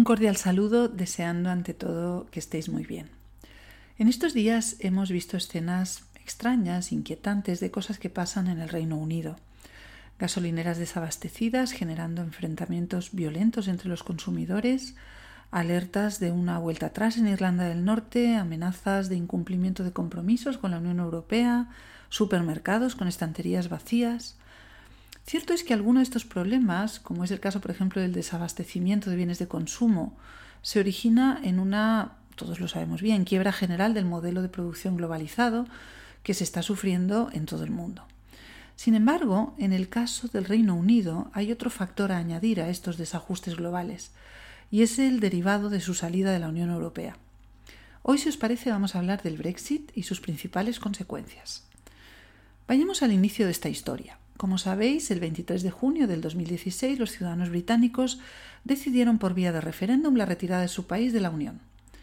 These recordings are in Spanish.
cordial saludo, deseando ante todo que estéis muy bien. En estos días hemos visto escenas extrañas, inquietantes de cosas que pasan en el Reino Unido. Gasolineras desabastecidas generando enfrentamientos violentos entre los consumidores, alertas de una vuelta atrás en Irlanda del Norte, amenazas de incumplimiento de compromisos con la Unión Europea, supermercados con estanterías vacías. Cierto es que algunos de estos problemas, como es el caso por ejemplo del desabastecimiento de bienes de consumo, se origina en una, todos lo sabemos bien, quiebra general del modelo de producción globalizado que se está sufriendo en todo el mundo. Sin embargo, en el caso del Reino Unido hay otro factor a añadir a estos desajustes globales, y es el derivado de su salida de la Unión Europea. Hoy, si os parece, vamos a hablar del Brexit y sus principales consecuencias. Vayamos al inicio de esta historia. Como sabéis, el 23 de junio del 2016 los ciudadanos británicos decidieron por vía de referéndum la retirada de su país de la Unión.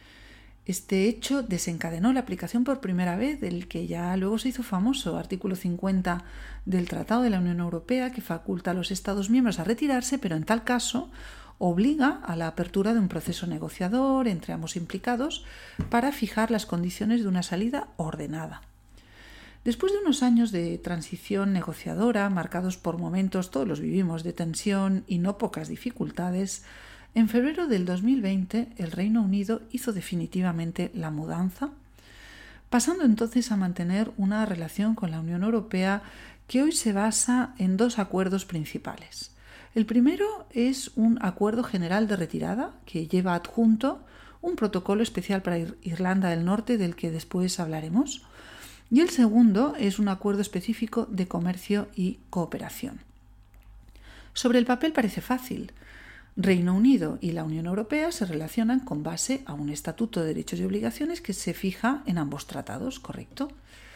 Este hecho desencadenó la aplicación por primera vez del que ya luego se hizo famoso artículo 50 del Tratado de la Unión Europea, que faculta a los Estados miembros a retirarse, pero en tal caso obliga a la apertura de un proceso negociador entre ambos implicados para fijar las condiciones de una salida ordenada. Después de unos años de transición negociadora, marcados por momentos, todos los vivimos, de tensión y no pocas dificultades, en febrero del 2020 el Reino Unido hizo definitivamente la mudanza, pasando entonces a mantener una relación con la Unión Europea que hoy se basa en dos acuerdos principales. El primero es un acuerdo general de retirada que lleva adjunto un protocolo especial para Irlanda del Norte del que después hablaremos. Y el segundo es un acuerdo específico de comercio y cooperación. Sobre el papel parece fácil. Reino Unido y la Unión Europea se relacionan con base a un estatuto de derechos y obligaciones que se fija en ambos tratados, ¿correcto?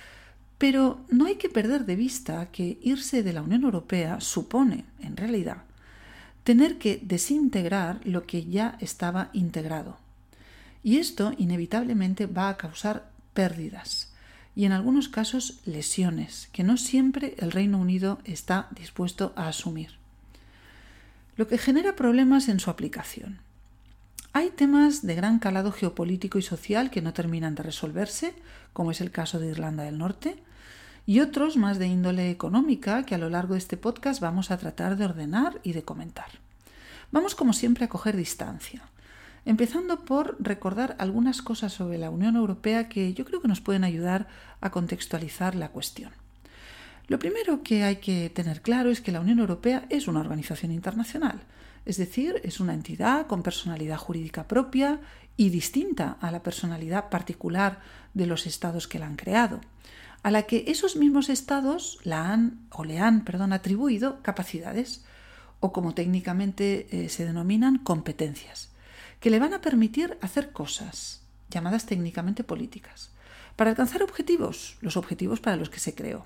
Pero no hay que perder de vista que irse de la Unión Europea supone, en realidad, tener que desintegrar lo que ya estaba integrado. Y esto inevitablemente va a causar pérdidas y en algunos casos lesiones, que no siempre el Reino Unido está dispuesto a asumir. Lo que genera problemas en su aplicación. Hay temas de gran calado geopolítico y social que no terminan de resolverse, como es el caso de Irlanda del Norte, y otros más de índole económica que a lo largo de este podcast vamos a tratar de ordenar y de comentar. Vamos como siempre a coger distancia, empezando por recordar algunas cosas sobre la Unión Europea que yo creo que nos pueden ayudar a contextualizar la cuestión. Lo primero que hay que tener claro es que la Unión Europea es una organización internacional, es decir, es una entidad con personalidad jurídica propia y distinta a la personalidad particular de los estados que la han creado, a la que esos mismos estados le han atribuido capacidades, o como técnicamente se denominan, competencias, que le van a permitir hacer cosas, llamadas técnicamente políticas, para alcanzar objetivos, los objetivos para los que se creó.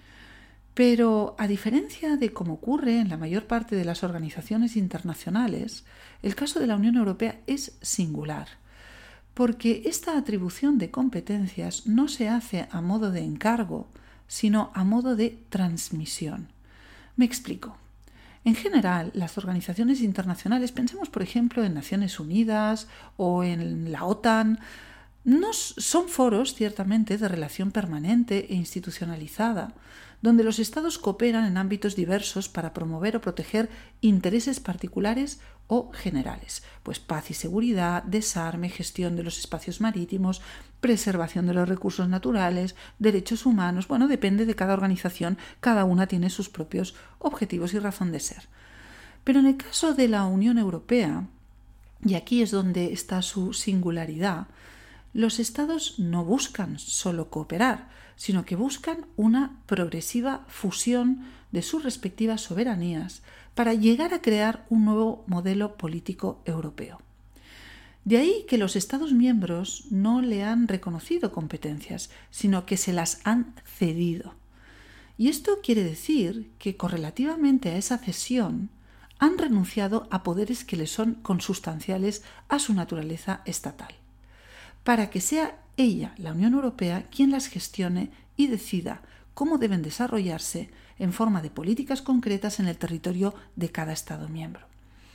Pero, a diferencia de cómo ocurre en la mayor parte de las organizaciones internacionales, el caso de la Unión Europea es singular, porque esta atribución de competencias no se hace a modo de encargo, sino a modo de transmisión. Me explico. En general, las organizaciones internacionales, pensemos por ejemplo en Naciones Unidas o en la OTAN, son foros ciertamente de relación permanente e institucionalizada, donde los estados cooperan en ámbitos diversos para promover o proteger intereses particulares o generales, pues paz y seguridad, desarme, gestión de los espacios marítimos, preservación de los recursos naturales, derechos humanos. Bueno, depende de cada organización, cada una tiene sus propios objetivos y razón de ser. Pero en el caso de la Unión Europea, y aquí es donde está su singularidad, los estados no buscan solo cooperar, sino que buscan una progresiva fusión de sus respectivas soberanías para llegar a crear un nuevo modelo político europeo. De ahí que los Estados miembros no le han reconocido competencias, sino que se las han cedido. Y esto quiere decir que, correlativamente a esa cesión, han renunciado a poderes que les son consustanciales a su naturaleza estatal, para que sea ella, la Unión Europea, quien las gestione y decida cómo deben desarrollarse en forma de políticas concretas en el territorio de cada Estado miembro.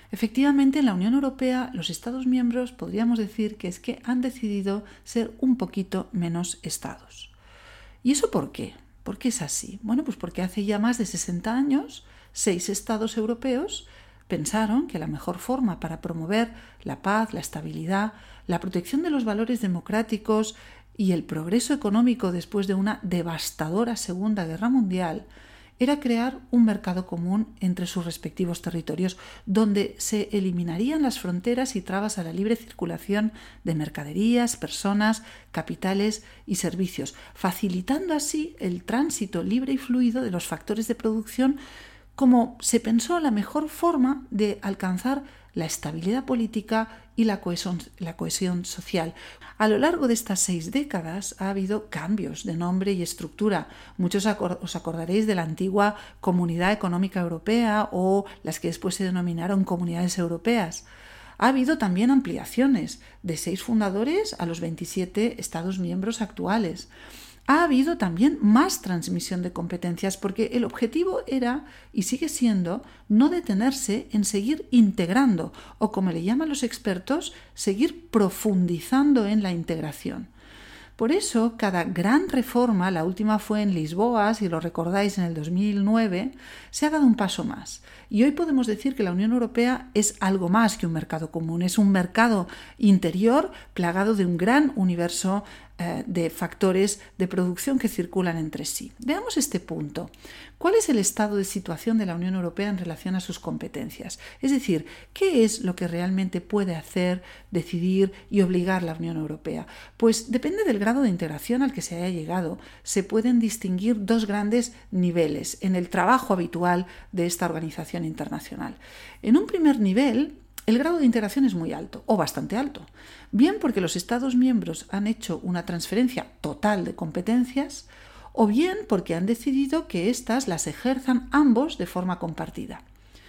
Efectivamente, en la Unión Europea los Estados miembros podríamos decir que es que han decidido ser un poquito menos Estados. ¿Y eso por qué? ¿Por qué es así? Bueno, pues porque hace ya más de 60 años, 6 Estados europeos pensaron que la mejor forma para promover la paz, la estabilidad, la protección de los valores democráticos y el progreso económico después de una devastadora Segunda Guerra Mundial era crear un mercado común entre sus respectivos territorios, donde se eliminarían las fronteras y trabas a la libre circulación de mercaderías, personas, capitales y servicios, facilitando así el tránsito libre y fluido de los factores de producción, como se pensó la mejor forma de alcanzar la estabilidad política y la cohesión social. A lo largo de estas 6 décadas ha habido cambios de nombre y estructura. Muchos os acordaréis de la antigua Comunidad Económica Europea o las que después se denominaron Comunidades Europeas. Ha habido también ampliaciones de 6 fundadores a los 27 Estados miembros actuales. Ha habido también más transmisión de competencias porque el objetivo era, y sigue siendo, no detenerse en seguir integrando o, como le llaman los expertos, seguir profundizando en la integración. Por eso, cada gran reforma, la última fue en Lisboa, si lo recordáis, en el 2009, se ha dado un paso más. Y hoy podemos decir que la Unión Europea es algo más que un mercado común, es un mercado interior plagado de un gran universo de factores de producción que circulan entre sí. Veamos este punto. ¿Cuál es el estado de situación de la Unión Europea en relación a sus competencias? Es decir, ¿qué es lo que realmente puede hacer, decidir y obligar la Unión Europea? Pues depende del grado de integración al que se haya llegado. Se pueden distinguir 2 grandes niveles en el trabajo habitual de esta organización internacional. En un primer nivel, el grado de integración es muy alto o bastante alto, bien porque los Estados miembros han hecho una transferencia total de competencias o bien porque han decidido que éstas las ejerzan ambos de forma compartida.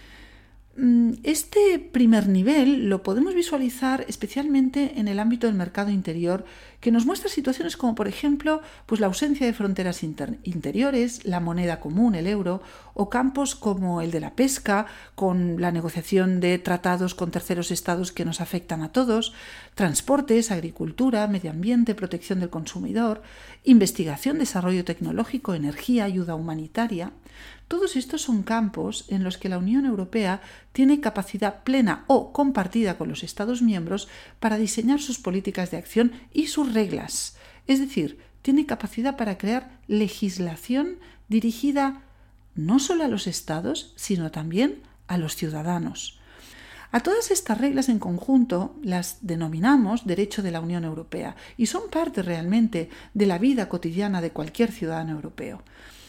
Este primer nivel lo podemos visualizar especialmente en el ámbito del mercado interior, que nos muestra situaciones como, por ejemplo, pues la ausencia de fronteras interiores, la moneda común, el euro, o campos como el de la pesca, con la negociación de tratados con terceros estados que nos afectan a todos, transportes, agricultura, medio ambiente, protección del consumidor, investigación, desarrollo tecnológico, energía, ayuda humanitaria. Todos estos son campos en los que la Unión Europea tiene capacidad plena o compartida con los Estados miembros para diseñar sus políticas de acción y sus reglas. Es decir, tiene capacidad para crear legislación dirigida no solo a los Estados, sino también a los ciudadanos. A todas estas reglas en conjunto las denominamos derecho de la Unión Europea y son parte realmente de la vida cotidiana de cualquier ciudadano europeo.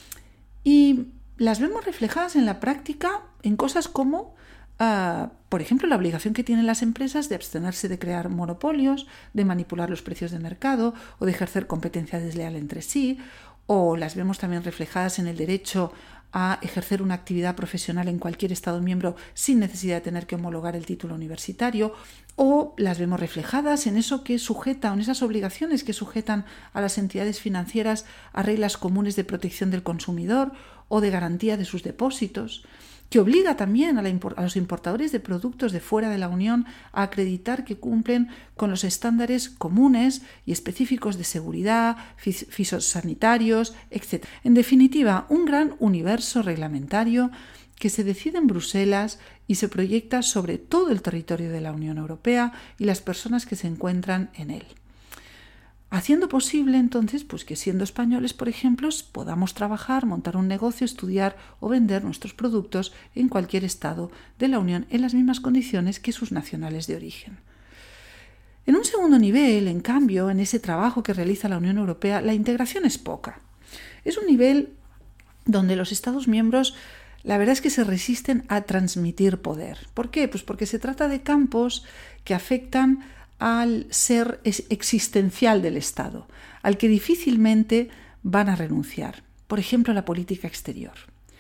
Y las vemos reflejadas en la práctica en cosas como, por ejemplo, la obligación que tienen las empresas de abstenerse de crear monopolios, de manipular los precios de mercado o de ejercer competencia desleal entre sí, o las vemos también reflejadas en el derecho a ejercer una actividad profesional en cualquier Estado miembro sin necesidad de tener que homologar el título universitario, o las vemos reflejadas en eso que sujeta, en esas obligaciones que sujetan a las entidades financieras a reglas comunes de protección del consumidor o de garantía de sus depósitos, que obliga también a los importadores de productos de fuera de la Unión a acreditar que cumplen con los estándares comunes y específicos de seguridad, fitosanitarios, etc. En definitiva, un gran universo reglamentario que se decide en Bruselas y se proyecta sobre todo el territorio de la Unión Europea y las personas que se encuentran en él. Haciendo posible, entonces, pues que siendo españoles, por ejemplo, podamos trabajar, montar un negocio, estudiar o vender nuestros productos en cualquier estado de la Unión en las mismas condiciones que sus nacionales de origen. En un segundo nivel, en cambio, en ese trabajo que realiza la Unión Europea, la integración es poca. Es un nivel donde los Estados miembros, la verdad es que se resisten a transmitir poder. ¿Por qué? Pues porque se trata de campos que afectan al ser existencial del Estado, al que difícilmente van a renunciar. Por ejemplo, la política exterior.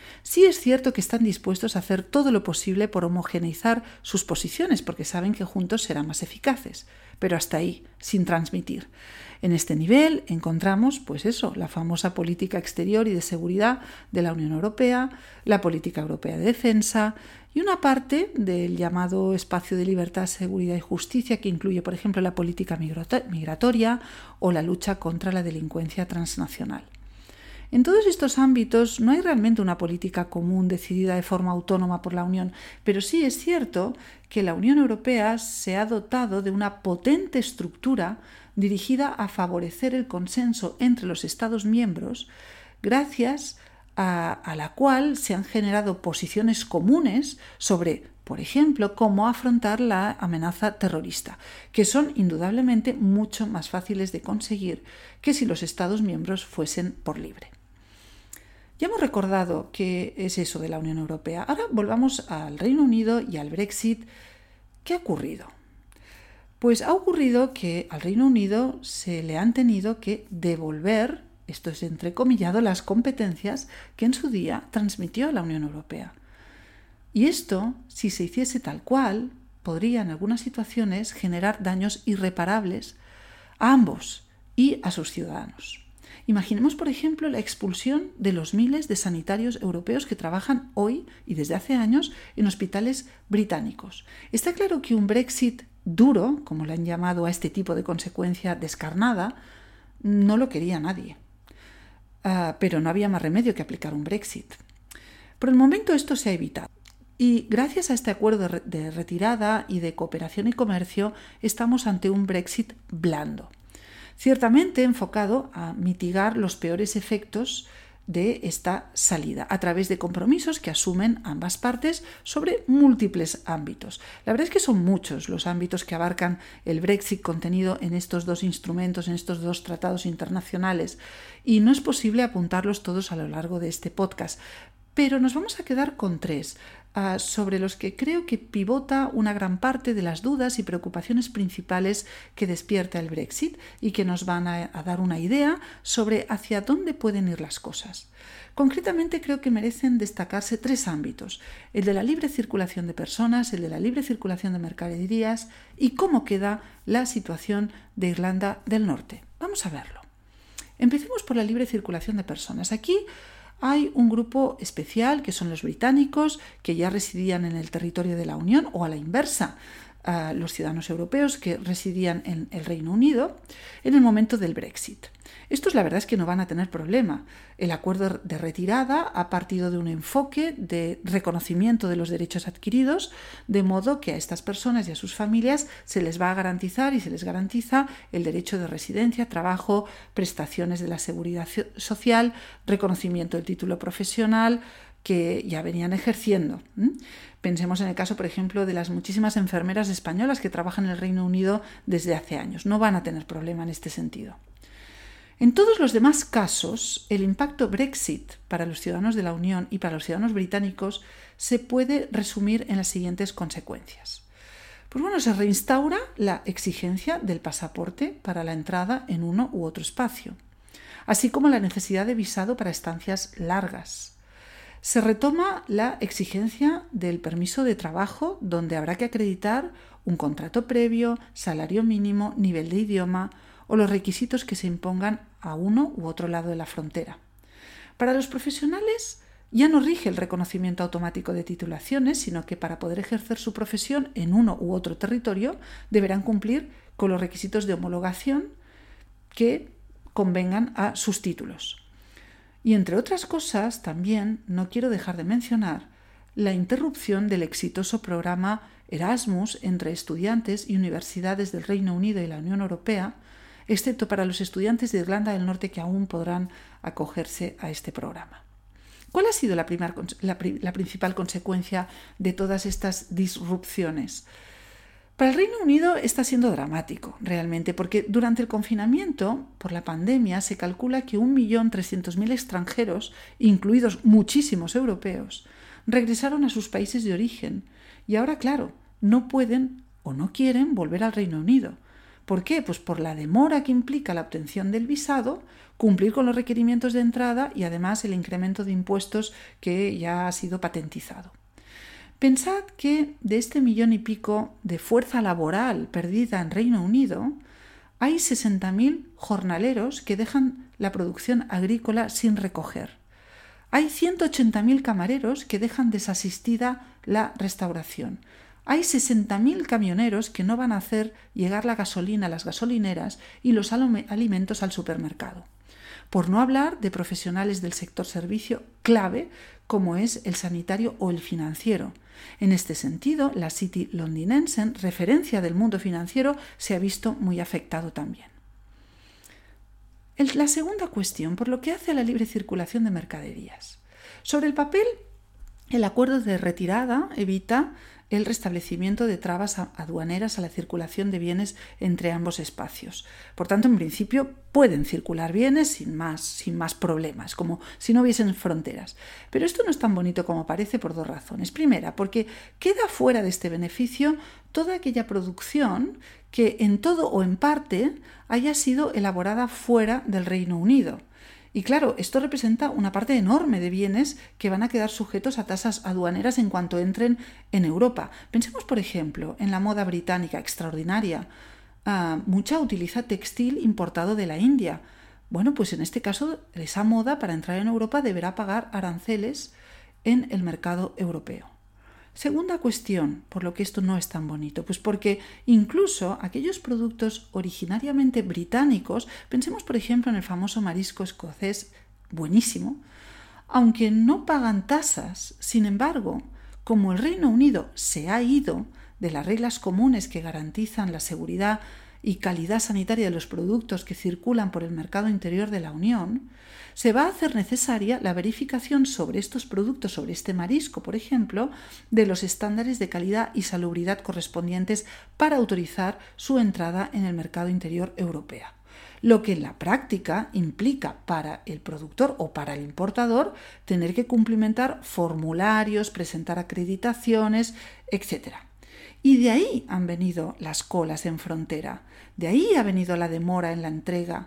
Sí es cierto que están dispuestos a hacer todo lo posible por homogeneizar sus posiciones, porque saben que juntos serán más eficaces, pero hasta ahí, sin transmitir. En este nivel encontramos, pues eso, la famosa política exterior y de seguridad de la Unión Europea, la política europea de defensa y una parte del llamado espacio de libertad, seguridad y justicia que incluye, por ejemplo, la política migratoria o la lucha contra la delincuencia transnacional. En todos estos ámbitos no hay realmente una política común decidida de forma autónoma por la Unión, pero sí es cierto que la Unión Europea se ha dotado de una potente estructura dirigida a favorecer el consenso entre los Estados miembros, gracias a la cual se han generado posiciones comunes sobre, por ejemplo, cómo afrontar la amenaza terrorista, que son indudablemente mucho más fáciles de conseguir que si los Estados miembros fuesen por libre. Ya hemos recordado qué es eso de la Unión Europea. Ahora volvamos al Reino Unido y al Brexit. ¿Qué ha ocurrido? Pues ha ocurrido que al Reino Unido se le han tenido que devolver, esto es entrecomillado, las competencias que en su día transmitió a la Unión Europea. Y esto, si se hiciese tal cual, podría en algunas situaciones generar daños irreparables a ambos y a sus ciudadanos. Imaginemos, por ejemplo, la expulsión de los miles de sanitarios europeos que trabajan hoy y desde hace años en hospitales británicos. Está claro que un Brexit duro, como le han llamado a este tipo de consecuencia descarnada, no lo quería nadie. Pero no había más remedio que aplicar un Brexit. Por el momento esto se ha evitado. Y gracias a este acuerdo de retirada y de cooperación y comercio estamos ante un Brexit blando, ciertamente enfocado a mitigar los peores efectos de esta salida a través de compromisos que asumen ambas partes sobre múltiples ámbitos. La verdad es que son muchos los ámbitos que abarcan el Brexit contenido en estos dos instrumentos, en estos dos tratados internacionales, y no es posible apuntarlos todos a lo largo de este podcast, pero nos vamos a quedar con tres, sobre los que creo que pivota una gran parte de las dudas y preocupaciones principales que despierta el Brexit y que nos van a dar una idea sobre hacia dónde pueden ir las cosas. Concretamente creo que merecen destacarse tres ámbitos: el de la libre circulación de personas, el de la libre circulación de mercaderías y cómo queda la situación de Irlanda del Norte. Vamos a verlo. Empecemos por la libre circulación de personas. Aquí hay un grupo especial que son los británicos, que ya residían en el territorio de la Unión, o a la inversa, los ciudadanos europeos que residían en el Reino Unido en el momento del Brexit. Estos la verdad es que no van a tener problema. El acuerdo de retirada ha partido de un enfoque de reconocimiento de los derechos adquiridos, de modo que a estas personas y a sus familias se les va a garantizar y se les garantiza el derecho de residencia, trabajo, prestaciones de la seguridad social, reconocimiento del título profesional que ya venían ejerciendo. Pensemos en el caso, por ejemplo, de las muchísimas enfermeras españolas que trabajan en el Reino Unido desde hace años. No van a tener problema en este sentido. En todos los demás casos, el impacto Brexit para los ciudadanos de la Unión y para los ciudadanos británicos se puede resumir en las siguientes consecuencias. Pues bueno, se reinstaura la exigencia del pasaporte para la entrada en uno u otro espacio, así como la necesidad de visado para estancias largas. Se retoma la exigencia del permiso de trabajo, donde habrá que acreditar un contrato previo, salario mínimo, nivel de idioma o los requisitos que se impongan a uno u otro lado de la frontera. Para los profesionales ya no rige el reconocimiento automático de titulaciones, sino que para poder ejercer su profesión en uno u otro territorio deberán cumplir con los requisitos de homologación que convengan a sus títulos. Y entre otras cosas, también no quiero dejar de mencionar la interrupción del exitoso programa Erasmus entre estudiantes y universidades del Reino Unido y la Unión Europea, excepto para los estudiantes de Irlanda del Norte que aún podrán acogerse a este programa. ¿Cuál ha sido la principal consecuencia de todas estas disrupciones? Para el Reino Unido está siendo dramático, realmente, porque durante el confinamiento por la pandemia se calcula que 1.300.000 extranjeros, incluidos muchísimos europeos, regresaron a sus países de origen y ahora, claro, no pueden o no quieren volver al Reino Unido, ¿Por qué? Pues por la demora que implica la obtención del visado, cumplir con los requerimientos de entrada y además el incremento de impuestos que ya ha sido patentizado. Pensad que de este 1,5 millones de fuerza laboral perdida en Reino Unido, hay 60.000 jornaleros que dejan la producción agrícola sin recoger. Hay 180.000 camareros que dejan desasistida la restauración. Hay 60.000 camioneros que no van a hacer llegar la gasolina a las gasolineras y los alimentos al supermercado. Por no hablar de profesionales del sector servicio clave como es el sanitario o el financiero. En este sentido, la City londinense, referencia del mundo financiero, se ha visto muy afectado también. La segunda cuestión, por lo que hace a la libre circulación de mercaderías. Sobre el papel, el acuerdo de retirada evita el restablecimiento de trabas aduaneras a la circulación de bienes entre ambos espacios. Por tanto, en principio, pueden circular bienes sin más problemas, como si no hubiesen fronteras. Pero esto no es tan bonito como parece por 2 razones. Primera, porque queda fuera de este beneficio toda aquella producción que en todo o en parte haya sido elaborada fuera del Reino Unido. Y claro, esto representa una parte enorme de bienes que van a quedar sujetos a tasas aduaneras en cuanto entren en Europa. Pensemos, por ejemplo, en la moda británica extraordinaria. Mucha utiliza textil importado de la India. Bueno, pues en este caso, esa moda para entrar en Europa deberá pagar aranceles en el mercado europeo. Segunda cuestión, por lo que esto no es tan bonito, pues porque incluso aquellos productos originariamente británicos, pensemos por ejemplo en el famoso marisco escocés, buenísimo, aunque no pagan tasas, sin embargo, como el Reino Unido se ha ido de las reglas comunes que garantizan la seguridad y calidad sanitaria de los productos que circulan por el mercado interior de la Unión, se va a hacer necesaria la verificación sobre estos productos, sobre este marisco, por ejemplo, de los estándares de calidad y salubridad correspondientes para autorizar su entrada en el mercado interior europeo. Lo que en la práctica implica para el productor o para el importador tener que cumplimentar formularios, presentar acreditaciones, etc. Y de ahí han venido las colas en frontera, de ahí ha venido la demora en la entrega,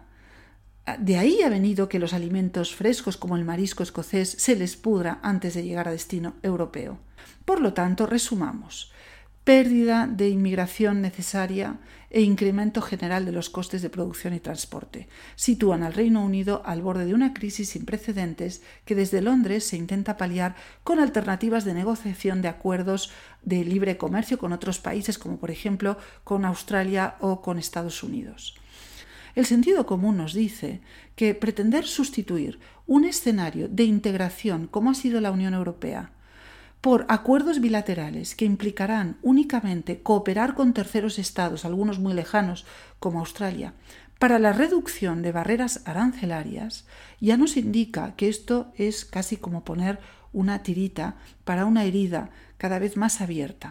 de ahí ha venido que los alimentos frescos como el marisco escocés se les pudra antes de llegar a destino europeo. Por lo tanto, resumamos: pérdida de inmigración necesaria e incremento general de los costes de producción y transporte. Sitúan al Reino Unido al borde de una crisis sin precedentes que desde Londres se intenta paliar con alternativas de negociación de acuerdos de libre comercio con otros países, como por ejemplo con Australia o con Estados Unidos. El sentido común nos dice que pretender sustituir un escenario de integración como ha sido la Unión Europea por acuerdos bilaterales que implicarán únicamente cooperar con terceros estados, algunos muy lejanos como Australia, para la reducción de barreras arancelarias, ya nos indica que esto es casi como poner una tirita para una herida cada vez más abierta.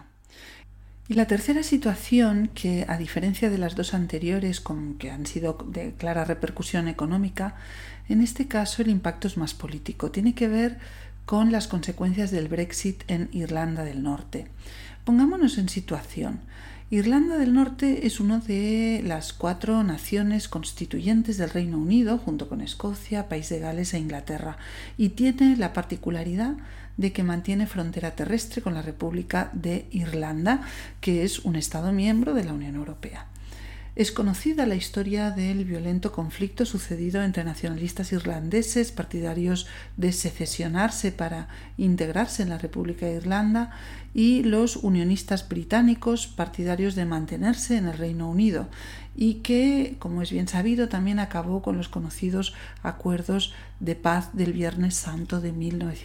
Y la tercera situación, que a diferencia de las 2 anteriores, que han sido de clara repercusión económica, en este caso el impacto es más político. Tiene que ver con las consecuencias del Brexit en Irlanda del Norte. Pongámonos en situación. Irlanda del Norte es una de las 4 naciones constituyentes del Reino Unido, junto con Escocia, País de Gales e Inglaterra, y tiene la particularidad de que mantiene frontera terrestre con la República de Irlanda, que es un Estado miembro de la Unión Europea. Es conocida la historia del violento conflicto sucedido entre nacionalistas irlandeses, partidarios de secesionarse para integrarse en la República de Irlanda, y los unionistas británicos, partidarios de mantenerse en el Reino Unido, y que, como es bien sabido, también acabó con los conocidos acuerdos de paz del Viernes Santo de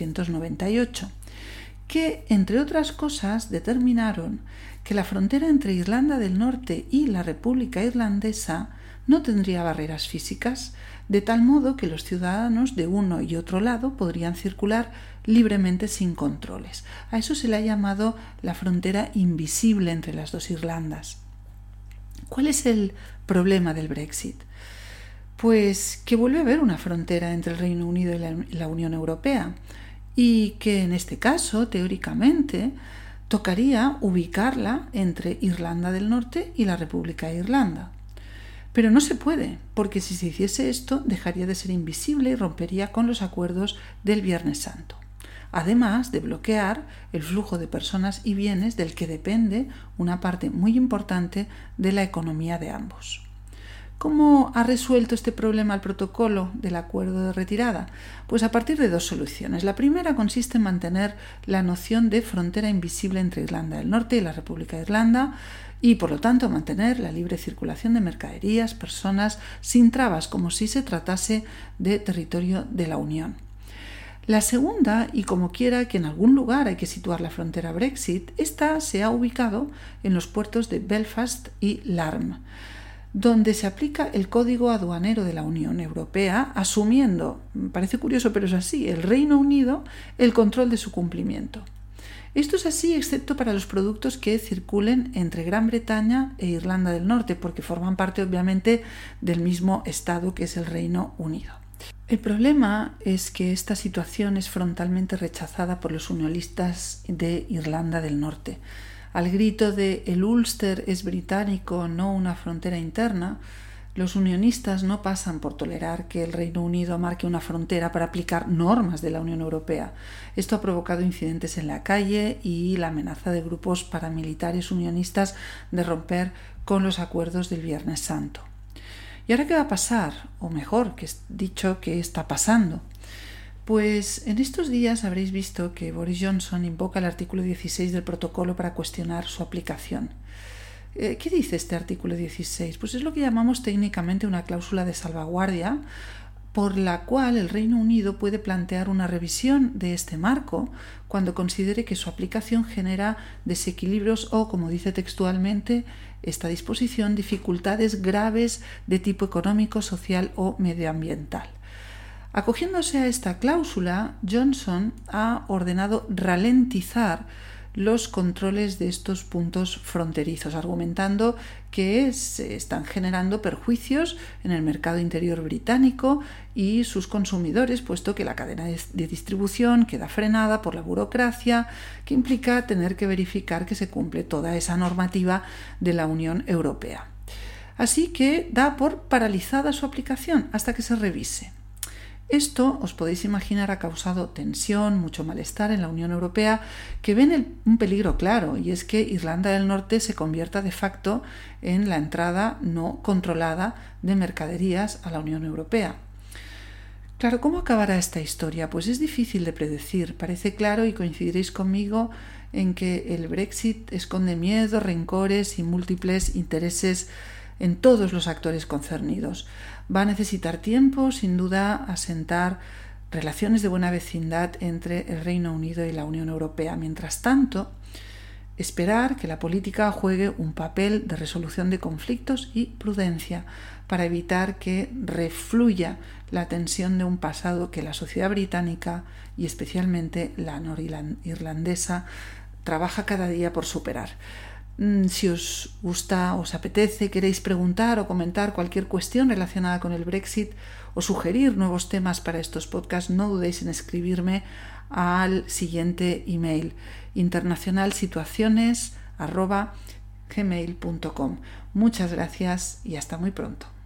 1998. Que, entre otras cosas, determinaron que la frontera entre Irlanda del Norte y la República Irlandesa no tendría barreras físicas, de tal modo que los ciudadanos de uno y otro lado podrían circular libremente sin controles. A eso se le ha llamado la frontera invisible entre las 2 Irlandas. ¿Cuál es el problema del Brexit? Pues que vuelve a haber una frontera entre el Reino Unido y la Unión Europea, y que en este caso, teóricamente, tocaría ubicarla entre Irlanda del Norte y la República de Irlanda. Pero no se puede, porque si se hiciese esto dejaría de ser invisible y rompería con los acuerdos del Viernes Santo, además de bloquear el flujo de personas y bienes del que depende una parte muy importante de la economía de ambos. ¿Cómo ha resuelto este problema el protocolo del acuerdo de retirada? Pues a partir de dos soluciones. La primera consiste en mantener la noción de frontera invisible entre Irlanda del Norte y la República de Irlanda y, por lo tanto, mantener la libre circulación de mercaderías, personas, sin trabas, como si se tratase de territorio de la Unión. La segunda, y como quiera que en algún lugar hay que situar la frontera Brexit, esta se ha ubicado en los puertos de Belfast y Larne, donde se aplica el Código Aduanero de la Unión Europea, asumiendo, parece curioso pero es así, el Reino Unido el control de su cumplimiento. Esto es así excepto para los productos que circulen entre Gran Bretaña e Irlanda del Norte, porque forman parte obviamente del mismo Estado que es el Reino Unido. El problema es que esta situación es frontalmente rechazada por los unionistas de Irlanda del Norte. Al grito de «el Ulster es británico, no una frontera interna», los unionistas no pasan por tolerar que el Reino Unido marque una frontera para aplicar normas de la Unión Europea. Esto ha provocado incidentes en la calle y la amenaza de grupos paramilitares unionistas de romper con los acuerdos del Viernes Santo. ¿Y ahora qué va a pasar? O mejor, que dicho, ¿qué está pasando? Pues en estos días habréis visto que Boris Johnson invoca el artículo 16 del protocolo para cuestionar su aplicación. ¿Qué dice este artículo 16? Pues es lo que llamamos técnicamente una cláusula de salvaguardia, por la cual el Reino Unido puede plantear una revisión de este marco cuando considere que su aplicación genera desequilibrios o, como dice textualmente esta disposición, dificultades graves de tipo económico, social o medioambiental. Acogiéndose a esta cláusula, Johnson ha ordenado ralentizar los controles de estos puntos fronterizos, argumentando que se están generando perjuicios en el mercado interior británico y sus consumidores, puesto que la cadena de distribución queda frenada por la burocracia que implica tener que verificar que se cumple toda esa normativa de la Unión Europea. Así que da por paralizada su aplicación hasta que se revise. Esto, os podéis imaginar, ha causado tensión, mucho malestar en la Unión Europea, que ven un peligro claro, y es que Irlanda del Norte se convierta de facto en la entrada no controlada de mercaderías a la Unión Europea. Claro, ¿cómo acabará esta historia? Pues es difícil de predecir. Parece claro, y coincidiréis conmigo, en que el Brexit esconde miedo, rencores y múltiples intereses en todos los actores concernidos. Va a necesitar tiempo, sin duda, asentar relaciones de buena vecindad entre el Reino Unido y la Unión Europea. Mientras tanto, esperar que la política juegue un papel de resolución de conflictos y prudencia para evitar que refluya la tensión de un pasado que la sociedad británica y especialmente la norirlandesa trabaja cada día por superar. Si os gusta, os apetece, queréis preguntar o comentar cualquier cuestión relacionada con el Brexit o sugerir nuevos temas para estos podcasts, no dudéis en escribirme al siguiente email: internacionalsituaciones@gmail.com. Muchas gracias y hasta muy pronto.